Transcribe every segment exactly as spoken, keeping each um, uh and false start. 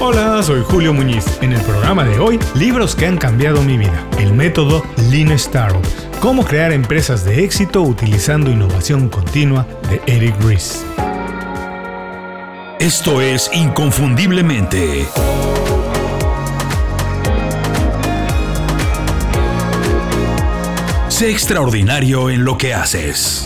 Hola, soy Julio Muñiz. En el programa de hoy, libros que han cambiado mi vida. El método Lean Startup. Cómo crear empresas de éxito utilizando innovación continua, de Eric Ries. Esto es Inconfundiblemente. Sé extraordinario en lo que haces.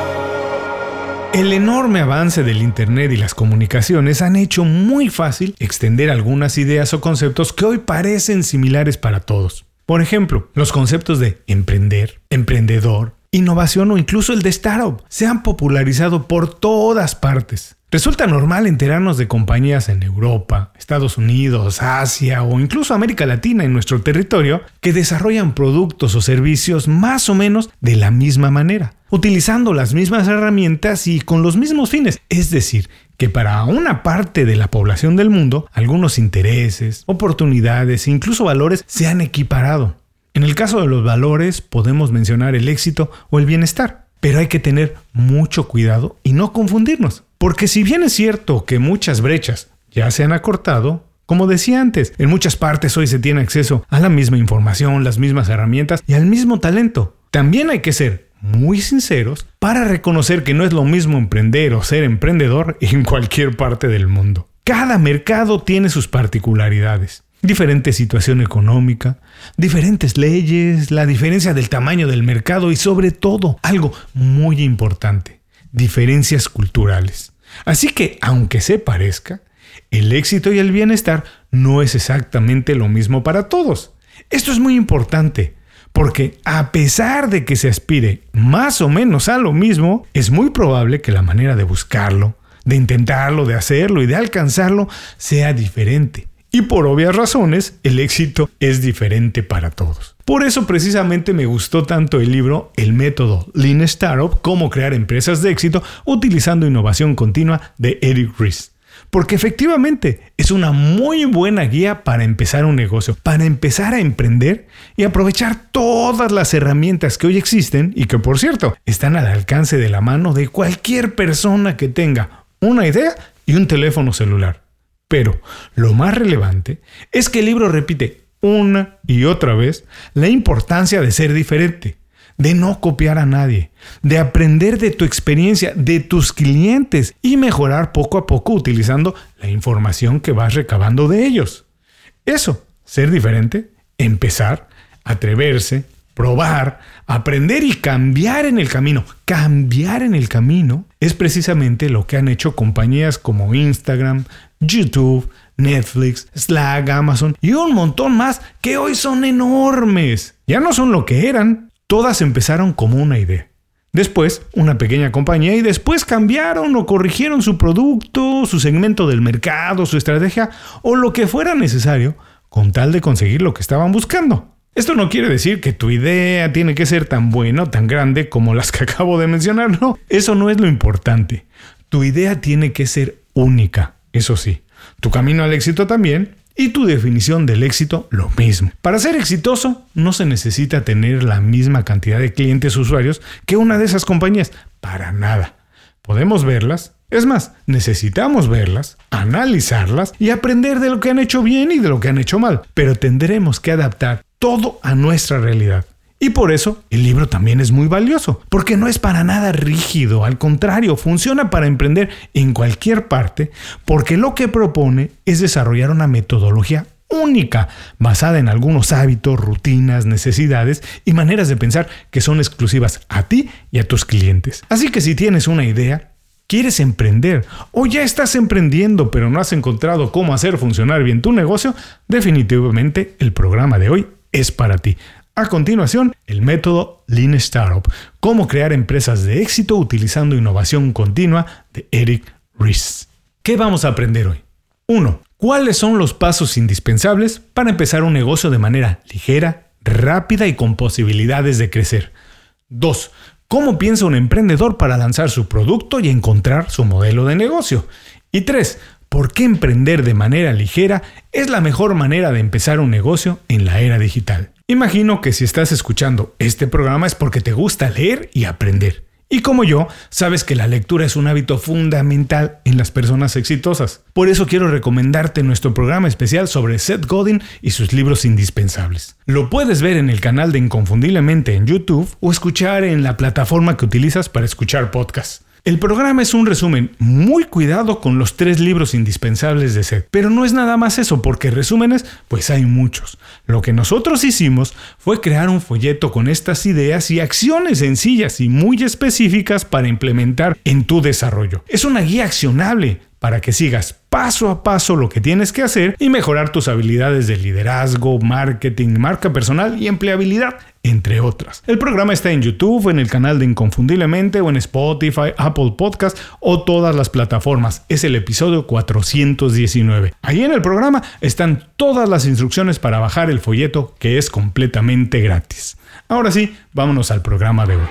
El enorme avance del Internet y las comunicaciones han hecho muy fácil extender algunas ideas o conceptos que hoy parecen similares para todos. Por ejemplo, los conceptos de emprender, emprendedor, innovación o incluso el de startup se han popularizado por todas partes. Resulta normal enterarnos de compañías en Europa, Estados Unidos, Asia o incluso América Latina en nuestro territorio que desarrollan productos o servicios más o menos de la misma manera, utilizando las mismas herramientas y con los mismos fines. Es decir, que para una parte de la población del mundo, algunos intereses, oportunidades e incluso valores se han equiparado. En el caso de los valores, podemos mencionar el éxito o el bienestar, pero hay que tener mucho cuidado y no confundirnos. Porque si bien es cierto que muchas brechas ya se han acortado, como decía antes, en muchas partes hoy se tiene acceso a la misma información, las mismas herramientas y al mismo talento. También hay que ser muy sinceros para reconocer que no es lo mismo emprender o ser emprendedor en cualquier parte del mundo. Cada mercado tiene sus particularidades. Diferente situación económica, diferentes leyes, la diferencia del tamaño del mercado y sobre todo, algo muy importante, diferencias culturales. Así que, aunque se parezca, el éxito y el bienestar no es exactamente lo mismo para todos. Esto es muy importante, porque a pesar de que se aspire más o menos a lo mismo, es muy probable que la manera de buscarlo, de intentarlo, de hacerlo y de alcanzarlo sea diferente. Y por obvias razones, el éxito es diferente para todos. Por eso precisamente me gustó tanto el libro El método Lean Startup, cómo crear empresas de éxito utilizando innovación continua, de Eric Ries. Porque efectivamente es una muy buena guía para empezar un negocio, para empezar a emprender y aprovechar todas las herramientas que hoy existen y que, por cierto, están al alcance de la mano de cualquier persona que tenga una idea y un teléfono celular. Pero lo más relevante es que el libro repite una y otra vez la importancia de ser diferente, de no copiar a nadie, de aprender de tu experiencia, de tus clientes y mejorar poco a poco utilizando la información que vas recabando de ellos. Eso, ser diferente, empezar, atreverse, probar, aprender y cambiar en el camino. Cambiar en el camino es precisamente lo que han hecho compañías como Instagram, YouTube, Netflix, Slack, Amazon y un montón más que hoy son enormes. Ya no son lo que eran. Todas empezaron como una idea. Después, una pequeña compañía y después cambiaron o corrigieron su producto, su segmento del mercado, su estrategia o lo que fuera necesario con tal de conseguir lo que estaban buscando. Esto no quiere decir que tu idea tiene que ser tan buena o tan grande como las que acabo de mencionar, no. Eso no es lo importante. Tu idea tiene que ser única, eso sí. Tu camino al éxito también y tu definición del éxito lo mismo. Para ser exitoso no se necesita tener la misma cantidad de clientes usuarios que una de esas compañías. Para nada. Podemos verlas. Es más, necesitamos verlas, analizarlas y aprender de lo que han hecho bien y de lo que han hecho mal. Pero tendremos que adaptar todo a nuestra realidad. Y por eso el libro también es muy valioso, porque no es para nada rígido, al contrario, funciona para emprender en cualquier parte, porque lo que propone es desarrollar una metodología única, basada en algunos hábitos, rutinas, necesidades y maneras de pensar que son exclusivas a ti y a tus clientes. Así que si tienes una idea, quieres emprender o ya estás emprendiendo pero no has encontrado cómo hacer funcionar bien tu negocio, definitivamente el programa de hoy es para ti. A continuación, el método Lean Startup, cómo crear empresas de éxito utilizando innovación continua, de Eric Ries. ¿Qué vamos a aprender hoy? uno. ¿Cuáles son los pasos indispensables para empezar un negocio de manera ligera, rápida y con posibilidades de crecer? dos. ¿Cómo piensa un emprendedor para lanzar su producto y encontrar su modelo de negocio? Y tres. ¿Por qué emprender de manera ligera es la mejor manera de empezar un negocio en la era digital? Imagino que si estás escuchando este programa es porque te gusta leer y aprender. Y como yo, sabes que la lectura es un hábito fundamental en las personas exitosas. Por eso quiero recomendarte nuestro programa especial sobre Seth Godin y sus libros indispensables. Lo puedes ver en el canal de Inconfundiblemente en YouTube o escuchar en la plataforma que utilizas para escuchar podcasts. El programa es un resumen muy cuidado con los tres libros indispensables de Seth, pero no es nada más eso, porque resúmenes pues hay muchos. Lo que nosotros hicimos fue crear un folleto con estas ideas y acciones sencillas y muy específicas para implementar en tu desarrollo. Es una guía accionable para que sigas paso a paso lo que tienes que hacer y mejorar tus habilidades de liderazgo, marketing, marca personal y empleabilidad, entre otras. El programa está en YouTube, en el canal de Inconfundiblemente o en Spotify, Apple Podcast o todas las plataformas. Es el episodio cuatrocientos diecinueve. Ahí en el programa están todas las instrucciones para bajar el folleto, que es completamente gratis. Ahora sí, vámonos al programa de hoy.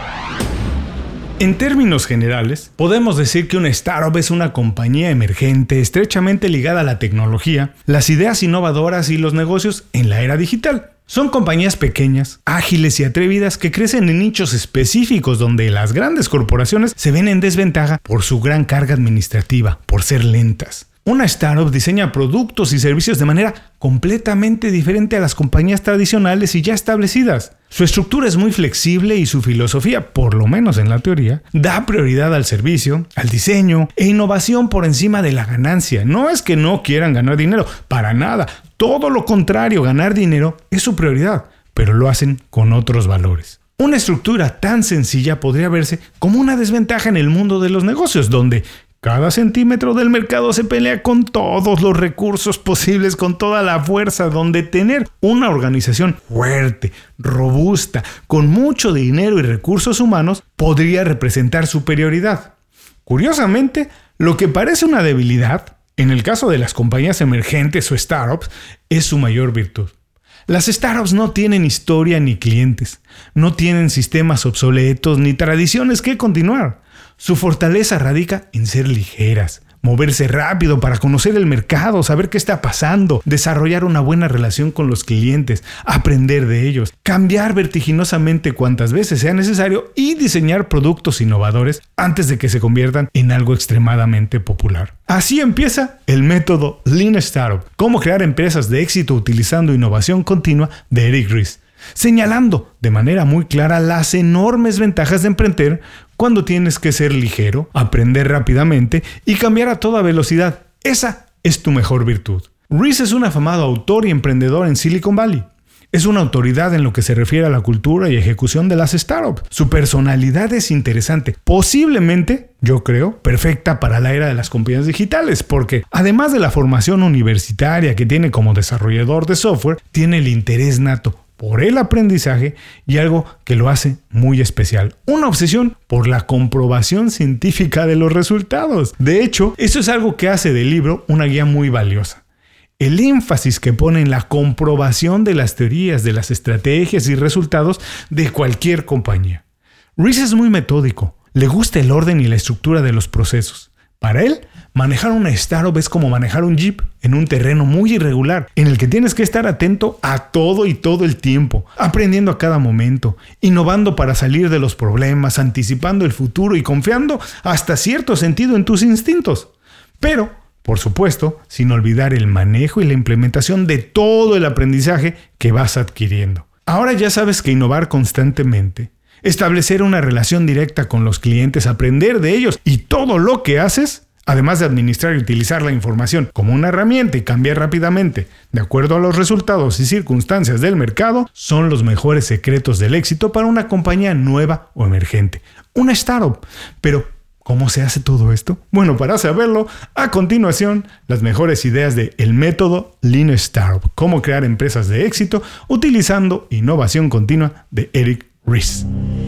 En términos generales, podemos decir que una startup es una compañía emergente estrechamente ligada a la tecnología, las ideas innovadoras y los negocios en la era digital. Son compañías pequeñas, ágiles y atrevidas que crecen en nichos específicos donde las grandes corporaciones se ven en desventaja por su gran carga administrativa, por ser lentas. Una startup diseña productos y servicios de manera completamente diferente a las compañías tradicionales y ya establecidas. Su estructura es muy flexible y su filosofía, por lo menos en la teoría, da prioridad al servicio, al diseño e innovación por encima de la ganancia. No es que no quieran ganar dinero, para nada. Todo lo contrario, ganar dinero es su prioridad, pero lo hacen con otros valores. Una estructura tan sencilla podría verse como una desventaja en el mundo de los negocios, donde cada centímetro del mercado se pelea con todos los recursos posibles, con toda la fuerza, donde tener una organización fuerte, robusta, con mucho dinero y recursos humanos podría representar superioridad. Curiosamente, lo que parece una debilidad, en el caso de las compañías emergentes o startups, es su mayor virtud. Las startups no tienen historia ni clientes, no tienen sistemas obsoletos ni tradiciones que continuar. Su fortaleza radica en ser ligeras, moverse rápido para conocer el mercado, saber qué está pasando, desarrollar una buena relación con los clientes, aprender de ellos, cambiar vertiginosamente cuantas veces sea necesario y diseñar productos innovadores antes de que se conviertan en algo extremadamente popular. Así empieza el método Lean Startup, cómo crear empresas de éxito utilizando innovación continua de Eric Ries, señalando de manera muy clara las enormes ventajas de emprender cuando tienes que ser ligero, aprender rápidamente y cambiar a toda velocidad. Esa es tu mejor virtud. Ries es un afamado autor y emprendedor en Silicon Valley. Es una autoridad en lo que se refiere a la cultura y ejecución de las startups. Su personalidad es interesante, posiblemente, yo creo, perfecta para la era de las compañías digitales, porque además de la formación universitaria que tiene como desarrollador de software, tiene el interés nato por el aprendizaje y algo que lo hace muy especial, una obsesión por la comprobación científica de los resultados. De hecho, eso es algo que hace del libro una guía muy valiosa. El énfasis que pone en la comprobación de las teorías, de las estrategias y resultados de cualquier compañía. Ries es muy metódico, le gusta el orden y la estructura de los procesos. Para él, manejar una startup es como manejar un jeep en un terreno muy irregular, en el que tienes que estar atento a todo y todo el tiempo, aprendiendo a cada momento, innovando para salir de los problemas, anticipando el futuro y confiando hasta cierto sentido en tus instintos. Pero, por supuesto, sin olvidar el manejo y la implementación de todo el aprendizaje que vas adquiriendo. Ahora ya sabes que innovar constantemente, establecer una relación directa con los clientes, aprender de ellos y todo lo que haces, además de administrar y utilizar la información como una herramienta y cambiar rápidamente de acuerdo a los resultados y circunstancias del mercado, son los mejores secretos del éxito para una compañía nueva o emergente, una startup. Pero, ¿cómo se hace todo esto? Bueno, para saberlo, a continuación, las mejores ideas de el método Lean Startup, cómo crear empresas de éxito utilizando innovación continua de Eric Ries.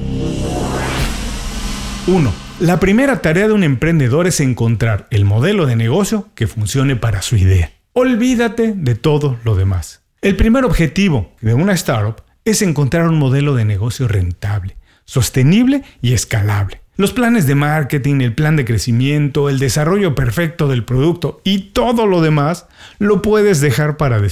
uno. La primera tarea de un emprendedor es encontrar el modelo de negocio que funcione para su idea. Olvídate de todo lo demás. El primer objetivo de una startup es encontrar un modelo de negocio rentable, sostenible y escalable. Los planes de marketing, el plan de crecimiento, el desarrollo perfecto del producto y todo lo demás lo puedes dejar para después.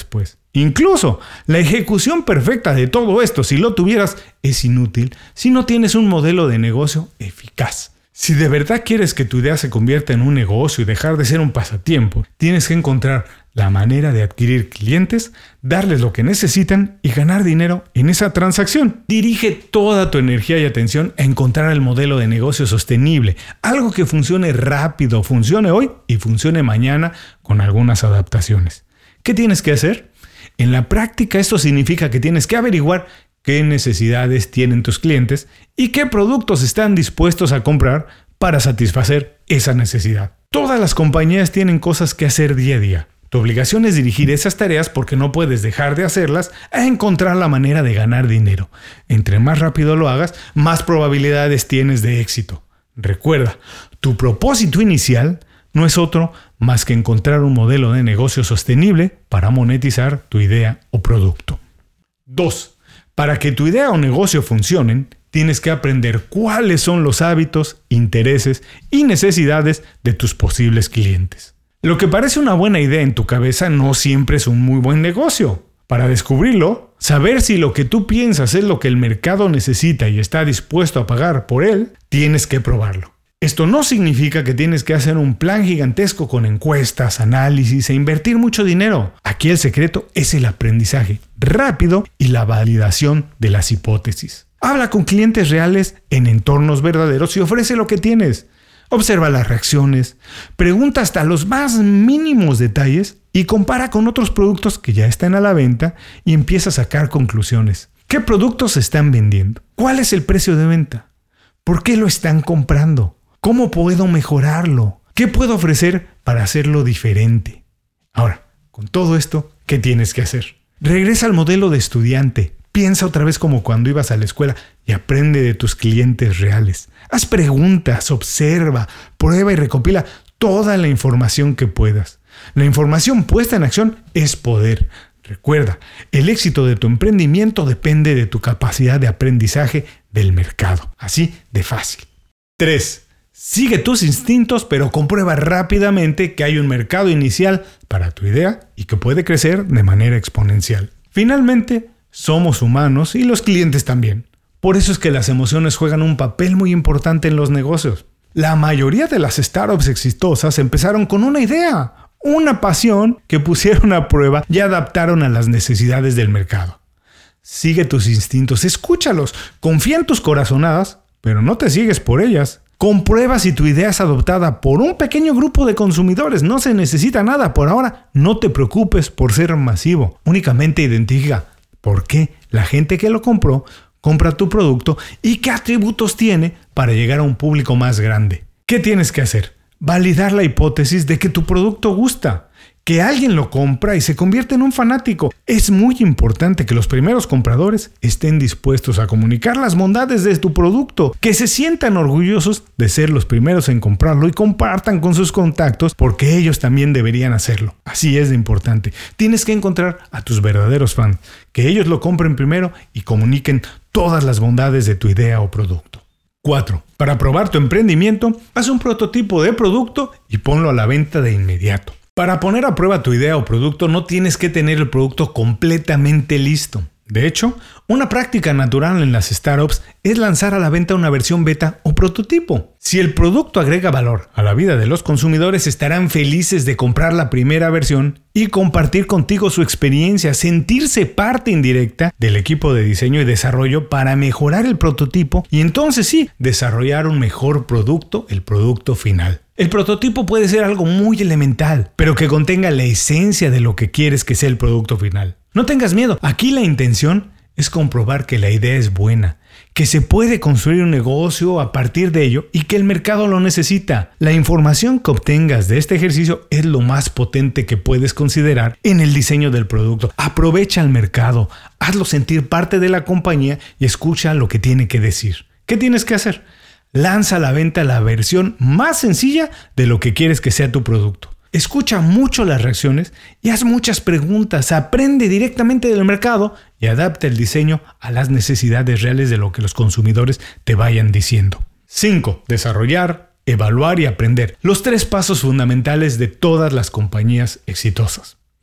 Incluso la ejecución perfecta de todo esto, si lo tuvieras, es inútil si no tienes un modelo de negocio eficaz. Si de verdad quieres que tu idea se convierta en un negocio y dejar de ser un pasatiempo, tienes que encontrar la manera de adquirir clientes, darles lo que necesitan y ganar dinero en esa transacción. Dirige toda tu energía y atención a encontrar el modelo de negocio sostenible, algo que funcione rápido, funcione hoy y funcione mañana con algunas adaptaciones. ¿Qué tienes que hacer? En la práctica esto significa que tienes que averiguar qué necesidades tienen tus clientes y qué productos están dispuestos a comprar para satisfacer esa necesidad. Todas las compañías tienen cosas que hacer día a día. Tu obligación es dirigir esas tareas porque no puedes dejar de hacerlas a encontrar la manera de ganar dinero. Entre más rápido lo hagas, más probabilidades tienes de éxito. Recuerda, tu propósito inicial no es otro más que encontrar un modelo de negocio sostenible para monetizar tu idea o producto. dos. Para que tu idea o negocio funcionen, tienes que aprender cuáles son los hábitos, intereses y necesidades de tus posibles clientes. Lo que parece una buena idea en tu cabeza no siempre es un muy buen negocio. Para descubrirlo, saber si lo que tú piensas es lo que el mercado necesita y está dispuesto a pagar por él, tienes que probarlo. Esto no significa que tienes que hacer un plan gigantesco con encuestas, análisis e invertir mucho dinero. Aquí el secreto es el aprendizaje rápido y la validación de las hipótesis. Habla con clientes reales en entornos verdaderos y ofrece lo que tienes. Observa las reacciones, pregunta hasta los más mínimos detalles y compara con otros productos que ya están a la venta y empieza a sacar conclusiones. ¿Qué productos se están vendiendo? ¿Cuál es el precio de venta? ¿Por qué lo están comprando? ¿Cómo puedo mejorarlo? ¿Qué puedo ofrecer para hacerlo diferente? Ahora, con todo esto, ¿qué tienes que hacer? Regresa al modelo de estudiante. Piensa otra vez como cuando ibas a la escuela y aprende de tus clientes reales. Haz preguntas, observa, prueba y recopila toda la información que puedas. La información puesta en acción es poder. Recuerda, el éxito de tu emprendimiento depende de tu capacidad de aprendizaje del mercado. Así de fácil. tres. Sigue tus instintos, pero comprueba rápidamente que hay un mercado inicial para tu idea y que puede crecer de manera exponencial. Finalmente, somos humanos y los clientes también. Por eso es que las emociones juegan un papel muy importante en los negocios. La mayoría de las startups exitosas empezaron con una idea, una pasión que pusieron a prueba y adaptaron a las necesidades del mercado. Sigue tus instintos, escúchalos, confía en tus corazonadas, pero no te sigues por ellas. Comprueba si tu idea es adoptada por un pequeño grupo de consumidores. No se necesita nada por ahora. No te preocupes por ser masivo. Únicamente identifica por qué la gente que lo compró compra tu producto y qué atributos tiene para llegar a un público más grande. ¿Qué tienes que hacer? Validar la hipótesis de que tu producto gusta. Que alguien lo compra y se convierte en un fanático. Es muy importante que los primeros compradores estén dispuestos a comunicar las bondades de tu producto, que se sientan orgullosos de ser los primeros en comprarlo y compartan con sus contactos porque ellos también deberían hacerlo. Así es de importante. Tienes que encontrar a tus verdaderos fans, que ellos lo compren primero y comuniquen todas las bondades de tu idea o producto. cuatro. Para probar tu emprendimiento, haz un prototipo de producto y ponlo a la venta de inmediato. Para poner a prueba tu idea o producto no tienes que tener el producto completamente listo. De hecho, una práctica natural en las startups es lanzar a la venta una versión beta o prototipo. Si el producto agrega valor a la vida de los consumidores, estarán felices de comprar la primera versión y compartir contigo su experiencia, sentirse parte indirecta del equipo de diseño y desarrollo para mejorar el prototipo y entonces sí, desarrollar un mejor producto, el producto final. El prototipo puede ser algo muy elemental, pero que contenga la esencia de lo que quieres que sea el producto final. No tengas miedo, aquí la intención es comprobar que la idea es buena, que se puede construir un negocio a partir de ello y que el mercado lo necesita. La información que obtengas de este ejercicio es lo más potente que puedes considerar en el diseño del producto. Aprovecha el mercado, hazlo sentir parte de la compañía y escucha lo que tiene que decir. ¿Qué tienes que hacer? Lanza a la venta la versión más sencilla de lo que quieres que sea tu producto. Escucha mucho las reacciones y haz muchas preguntas. Aprende directamente del mercado y adapta el diseño a las necesidades reales de lo que los consumidores te vayan diciendo. cinco. Desarrollar, evaluar y aprender. Los tres pasos fundamentales de todas las compañías exitosas.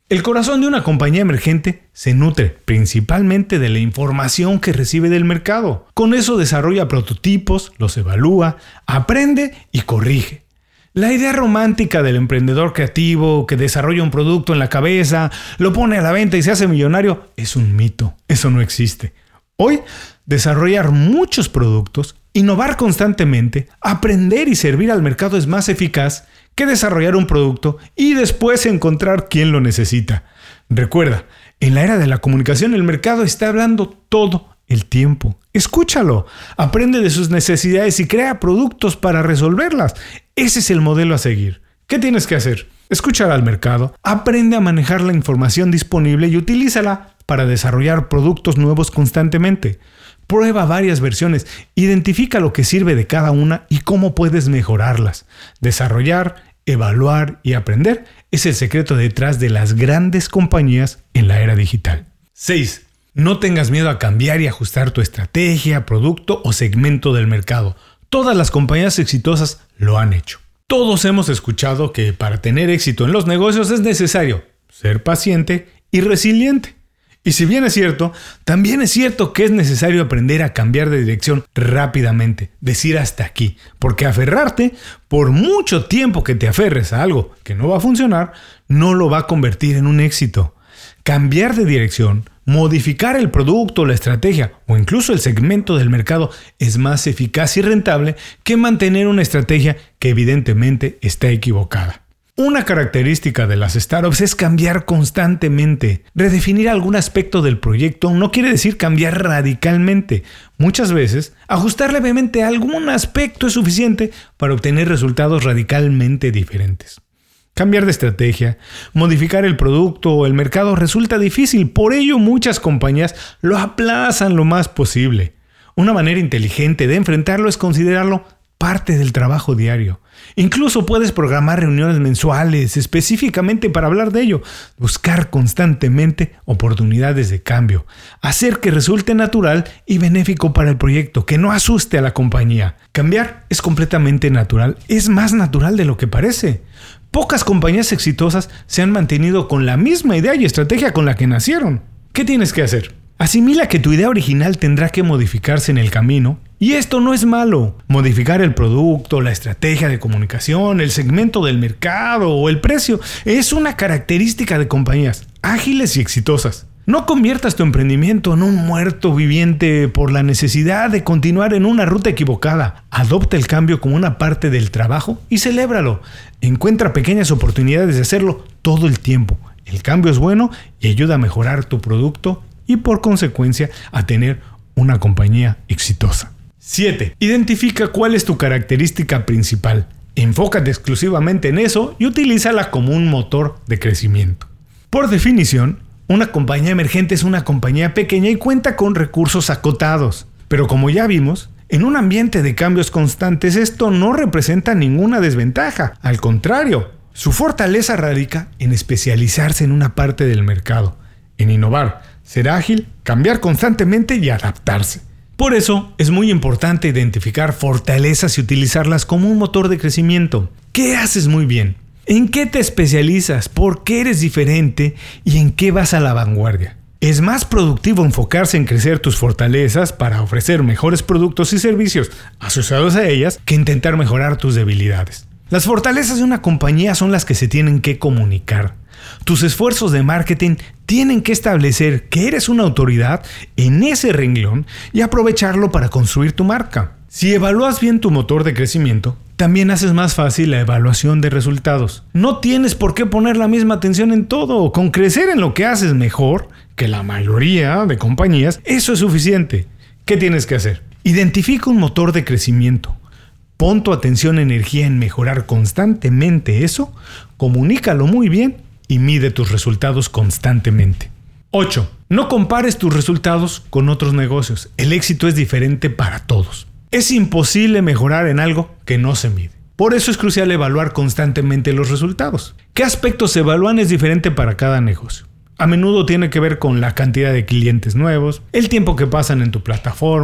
El corazón de una compañía emergente se nutre principalmente de la información que recibe del mercado. Con eso desarrolla prototipos, los evalúa, aprende y corrige. La idea romántica del emprendedor creativo que desarrolla un producto en la cabeza, lo pone a la venta y se hace millonario es un mito. Eso no existe. Hoy, desarrollar muchos productos, innovar constantemente, aprender y servir al mercado es más eficaz que desarrollar un producto y después encontrar quién lo necesita. Recuerda, en la era de la comunicación el mercado está hablando todo el tiempo. Escúchalo, aprende de sus necesidades y crea productos para resolverlas. Ese es el modelo a seguir. ¿Qué tienes que hacer? Escuchar al mercado, aprende a manejar la información disponible y utilízala para desarrollar productos nuevos constantemente. Prueba varias versiones, identifica lo que sirve de cada una y cómo puedes mejorarlas. Desarrollar, evaluar y aprender es el secreto detrás de las grandes compañías en la era digital. seis. No tengas miedo a cambiar y ajustar tu estrategia, producto o segmento del mercado. Todas las compañías exitosas lo han hecho. Todos hemos escuchado que para tener éxito en los negocios es necesario ser paciente y resiliente. Y si bien es cierto, también es cierto que es necesario aprender a cambiar de dirección rápidamente, decir hasta aquí, porque aferrarte, por mucho tiempo que te aferres a algo que no va a funcionar, no lo va a convertir en un éxito. Cambiar de dirección, modificar el producto, la estrategia o incluso el segmento del mercado es más eficaz y rentable que mantener una estrategia que evidentemente está equivocada. Una característica de las startups es cambiar constantemente. Redefinir algún aspecto del proyecto no quiere decir cambiar radicalmente. Muchas veces, ajustar levemente algún aspecto es suficiente para obtener resultados radicalmente diferentes. Cambiar de estrategia, modificar el producto o el mercado resulta difícil, por ello muchas compañías lo aplazan lo más posible. Una manera inteligente de enfrentarlo es considerarlo parte del trabajo diario. Incluso puedes programar reuniones mensuales específicamente para hablar de ello, buscar constantemente oportunidades de cambio, hacer que resulte natural y benéfico para el proyecto, que no asuste a la compañía. Cambiar es completamente natural, es más natural de lo que parece. Pocas compañías exitosas se han mantenido con la misma idea y estrategia con la que nacieron. ¿Qué tienes que hacer? Asimila que tu idea original tendrá que modificarse en el camino, y esto no es malo. Modificar el producto, la estrategia de comunicación, el segmento del mercado o el precio es una característica de compañías ágiles y exitosas. No conviertas tu emprendimiento en un muerto viviente por la necesidad de continuar en una ruta equivocada. Adopta el cambio como una parte del trabajo y celébralo. Encuentra pequeñas oportunidades de hacerlo todo el tiempo. El cambio es bueno y ayuda a mejorar tu producto y por consecuencia a tener una compañía exitosa. siete. Identifica cuál es tu característica principal. Enfócate exclusivamente en eso y utilízala como un motor de crecimiento. Por definición, una compañía emergente es una compañía pequeña y cuenta con recursos acotados. Pero como ya vimos, en un ambiente de cambios constantes esto no representa ninguna desventaja. Al contrario, su fortaleza radica en especializarse en una parte del mercado, en innovar, ser ágil, cambiar constantemente y adaptarse. Por eso es muy importante identificar fortalezas y utilizarlas como un motor de crecimiento. ¿Qué haces muy bien? ¿En qué te especializas? ¿Por qué eres diferente? ¿Y en qué vas a la vanguardia? Es más productivo enfocarse en crecer tus fortalezas para ofrecer mejores productos y servicios asociados a ellas que intentar mejorar tus debilidades. Las fortalezas de una compañía son las que se tienen que comunicar. Tus esfuerzos de marketing tienen que establecer que eres una autoridad en ese renglón y aprovecharlo para construir tu marca. Si evalúas bien tu motor de crecimiento, también haces más fácil la evaluación de resultados. No tienes por qué poner la misma atención en todo. Con crecer en lo que haces mejor que la mayoría de compañías, eso es suficiente. ¿Qué tienes que hacer? Identifica un motor de crecimiento. Pon tu atención y energía en mejorar constantemente eso, comunícalo muy bien y mide tus resultados constantemente. ocho. No compares tus resultados con otros negocios. El éxito es diferente para todos. Es imposible mejorar en algo que no se mide. Por eso es crucial evaluar constantemente los resultados. ¿Qué aspectos se evalúan? Es diferente para cada negocio. A menudo tiene que ver con la cantidad de clientes nuevos, el tiempo que pasan en tu plataforma,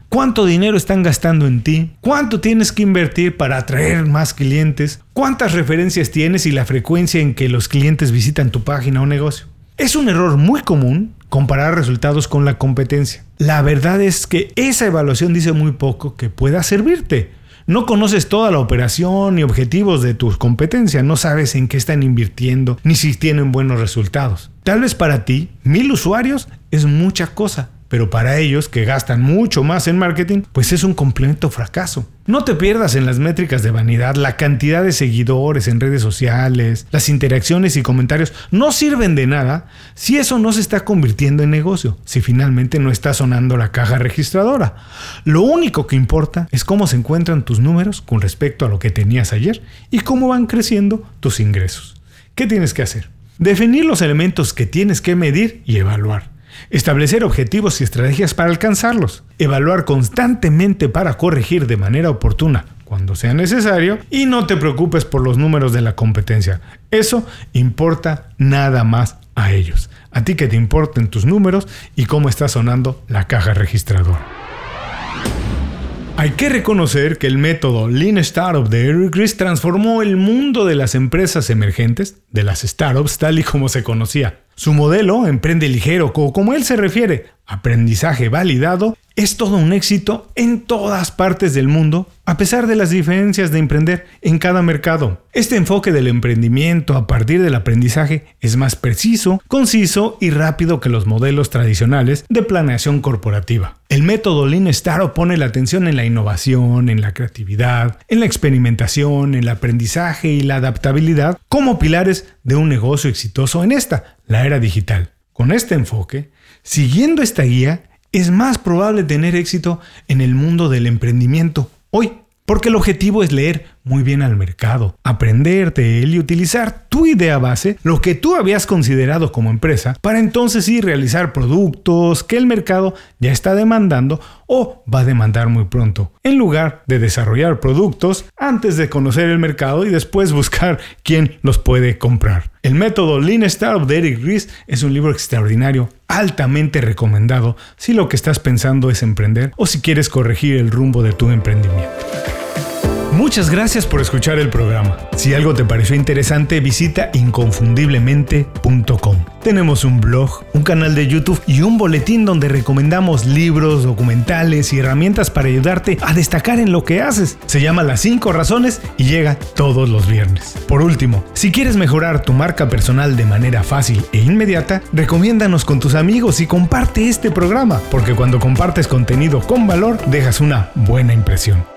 ¿Cuánto dinero están gastando en ti? ¿Cuánto tienes que invertir para atraer más clientes? ¿Cuántas referencias tienes y la frecuencia en que los clientes visitan tu página o negocio? Es un error muy común comparar resultados con la competencia. La verdad es que esa evaluación dice muy poco que pueda servirte. No conoces toda la operación ni objetivos de tu competencia, no sabes en qué están invirtiendo ni si tienen buenos resultados. Tal vez para ti, mil usuarios es mucha cosa, pero para ellos, que gastan mucho más en marketing, pues es un completo fracaso. No te pierdas en las métricas de vanidad, la cantidad de seguidores en redes sociales, las interacciones y comentarios no sirven de nada si eso no se está convirtiendo en negocio, si finalmente no está sonando la caja registradora. Lo único que importa es cómo se encuentran tus números con respecto a lo que tenías ayer y cómo van creciendo tus ingresos. ¿Qué tienes que hacer? Definir los elementos que tienes que medir y evaluar. Establecer objetivos y estrategias para alcanzarlos. Evaluar constantemente para corregir de manera oportuna cuando sea necesario. Y no te preocupes por los números de la competencia. Eso importa nada más a ellos. A ti que te importen tus números y cómo está sonando la caja registradora. Hay que reconocer que el método Lean Startup de Eric Ries transformó el mundo de las empresas emergentes, de las startups tal y como se conocía. Su modelo, emprende ligero, o como él se refiere, aprendizaje validado, es todo un éxito en todas partes del mundo, a pesar de las diferencias de emprender en cada mercado. Este enfoque del emprendimiento a partir del aprendizaje es más preciso, conciso y rápido que los modelos tradicionales de planeación corporativa. El método Lean Startup pone la atención en la innovación, en la creatividad, en la experimentación, en el aprendizaje y la adaptabilidad como pilares de un negocio exitoso en esta, la era digital. Con este enfoque, siguiendo esta guía, es más probable tener éxito en el mundo del emprendimiento hoy, porque el objetivo es leer muy bien al mercado, aprender de él y utilizar tu idea base, lo que tú habías considerado como empresa, para entonces sí realizar productos que el mercado ya está demandando o va a demandar muy pronto, en lugar de desarrollar productos antes de conocer el mercado y después buscar quién los puede comprar. El método Lean Startup de Eric Ries es un libro extraordinario, altamente recomendado si lo que estás pensando es emprender o si quieres corregir el rumbo de tu emprendimiento. Muchas gracias por escuchar el programa. Si algo te pareció interesante, visita inconfundiblemente punto com. Tenemos un blog, un canal de YouTube y un boletín donde recomendamos libros, documentales y herramientas para ayudarte a destacar en lo que haces. Se llama Las cinco razones y llega todos los viernes. Por último, si quieres mejorar tu marca personal de manera fácil e inmediata, recomiéndanos con tus amigos y comparte este programa, porque cuando compartes contenido con valor, dejas una buena impresión.